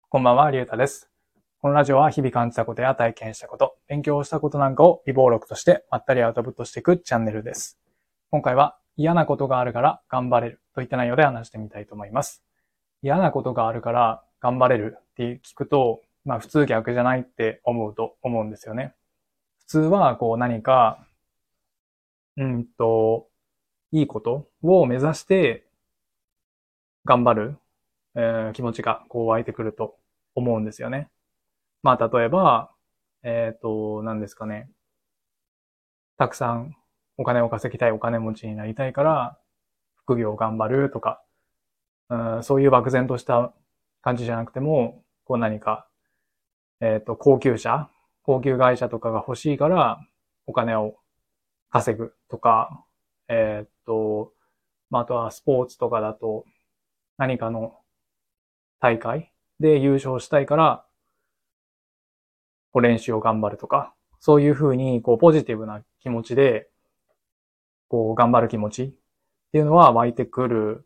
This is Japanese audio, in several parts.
こんばんは、りゅうたです。このラジオは日々感じたことや体験したこと、勉強したことなんかを微暴録としてまったりアウトプットしていくチャンネルです。今回は嫌なことがあるから頑張れるといった内容で話してみたいと思います。嫌なことがあるから頑張れるって聞くと、普通逆じゃないって思うと思うんですよね。普通は何か、うんと、いいことを目指して頑張る、気持ちが湧いてくると思うんですよね。例えば、何ですかね。たくさんお金を稼ぎたい、お金持ちになりたいから、副業を頑張るとか、そういう漠然とした感じじゃなくても、何か、高級車、高級会社とかが欲しいから、お金を稼ぐとか、えっと、あとはスポーツとかだと、何かの大会で優勝したいから、練習を頑張るとか、そういうふうに、ポジティブな気持ちで、頑張る気持ちっていうのは湧いてくる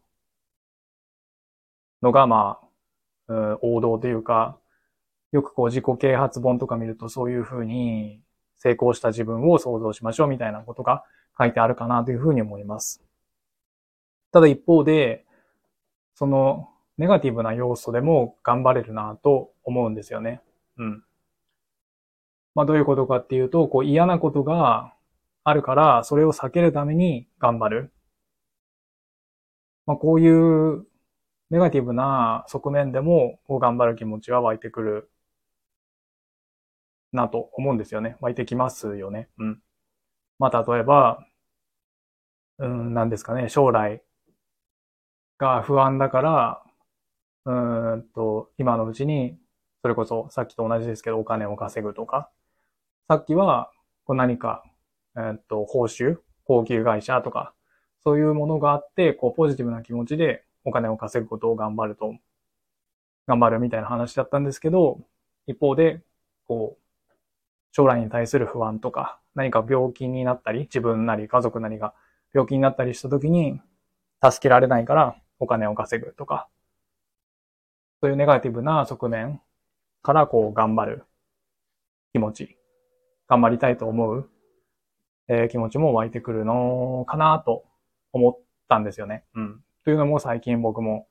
のが、王道というか、よく自己啓発本とか見るとそういうふうに成功した自分を想像しましょうみたいなことが書いてあるかなというふうに思います。ただ一方で、そのネガティブな要素でも頑張れるなと思うんですよね。うん。どういうことかっていうと、嫌なことがあるから、それを避けるために頑張る。こういうネガティブな側面でも、頑張る気持ちは湧いてくるなと思うんですよね。湧いてきますよね。うん。例えば、なんですかね、将来が不安だから、今のうちに、それこそさっきと同じですけど、お金を稼ぐとか、さっきは、何か、報酬、高級会社とか、そういうものがあって、ポジティブな気持ちでお金を稼ぐことを頑張るみたいな話だったんですけど、一方で、将来に対する不安とか、何か病気になったり、自分なり家族なりが病気になったりした時に、助けられないからお金を稼ぐとか、そういうネガティブな側面から頑張る気持ち、頑張りたいと思う、気持ちも湧いてくるのかなと思ったんですよね。うん。というのも最近僕も、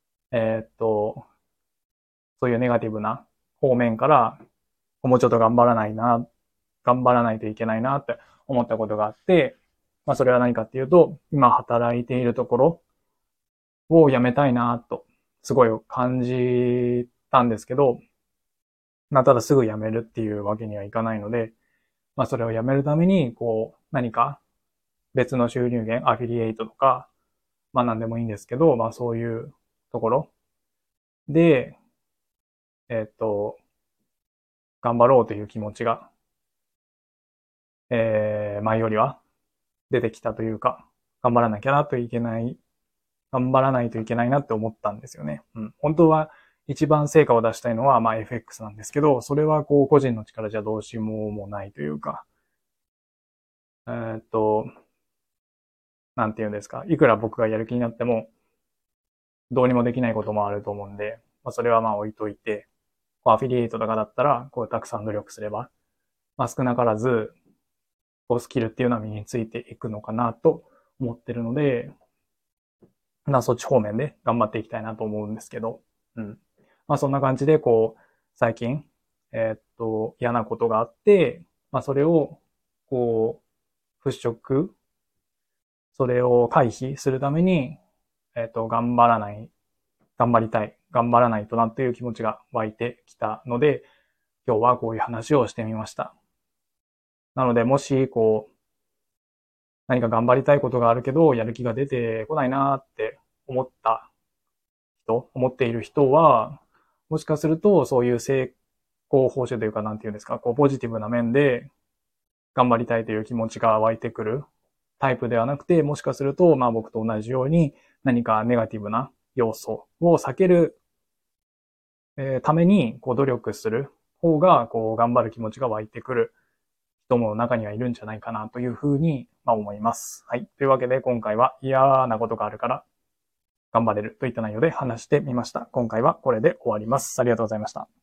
そういうネガティブな方面から、もうちょっと頑張らないといけないなって思ったことがあって、それは何かっていうと、今働いているところを辞めたいなと、すごい感じたんですけど、ただすぐ辞めるっていうわけにはいかないので、それを辞めるために、何か別の収入源、アフィリエイトとか、何でもいいんですけど、そういうところで、えっと、頑張ろうという気持ちが、前よりは出てきたというか、頑張らなきゃなといけない、頑張らないといけないなって思ったんですよね。うん。本当は一番成果を出したいのは、FX なんですけど、それは個人の力じゃどうしようもないというか、えーっと、なんていうんですか。いくら僕がやる気になっても、どうにもできないこともあると思うんで、それは置いといて、アフィリエイトとかだったら、たくさん努力すれば、少なからず、スキルっていうのは身についていくのかなと思ってるので、そっち方面で頑張っていきたいなと思うんですけど、うん。そんな感じで、最近、嫌なことがあって、それを、払拭、それを回避するために、頑張りたい、頑張らないとなっていう気持ちが湧いてきたので、今日はこういう話をしてみました。なので、もし、何か頑張りたいことがあるけど、やる気が出てこないなって思っている人は、もしかすると、そういう成功報酬というか、なんていうんですか、ポジティブな面で頑張りたいという気持ちが湧いてくるタイプではなくて、もしかすると、僕と同じように何かネガティブな要素を避けるために、努力する方が、頑張る気持ちが湧いてくる人も中にはいるんじゃないかなというふうに、思います。はい。というわけで、今回は嫌なことがあるから頑張れるといった内容で話してみました。今回はこれで終わります。ありがとうございました。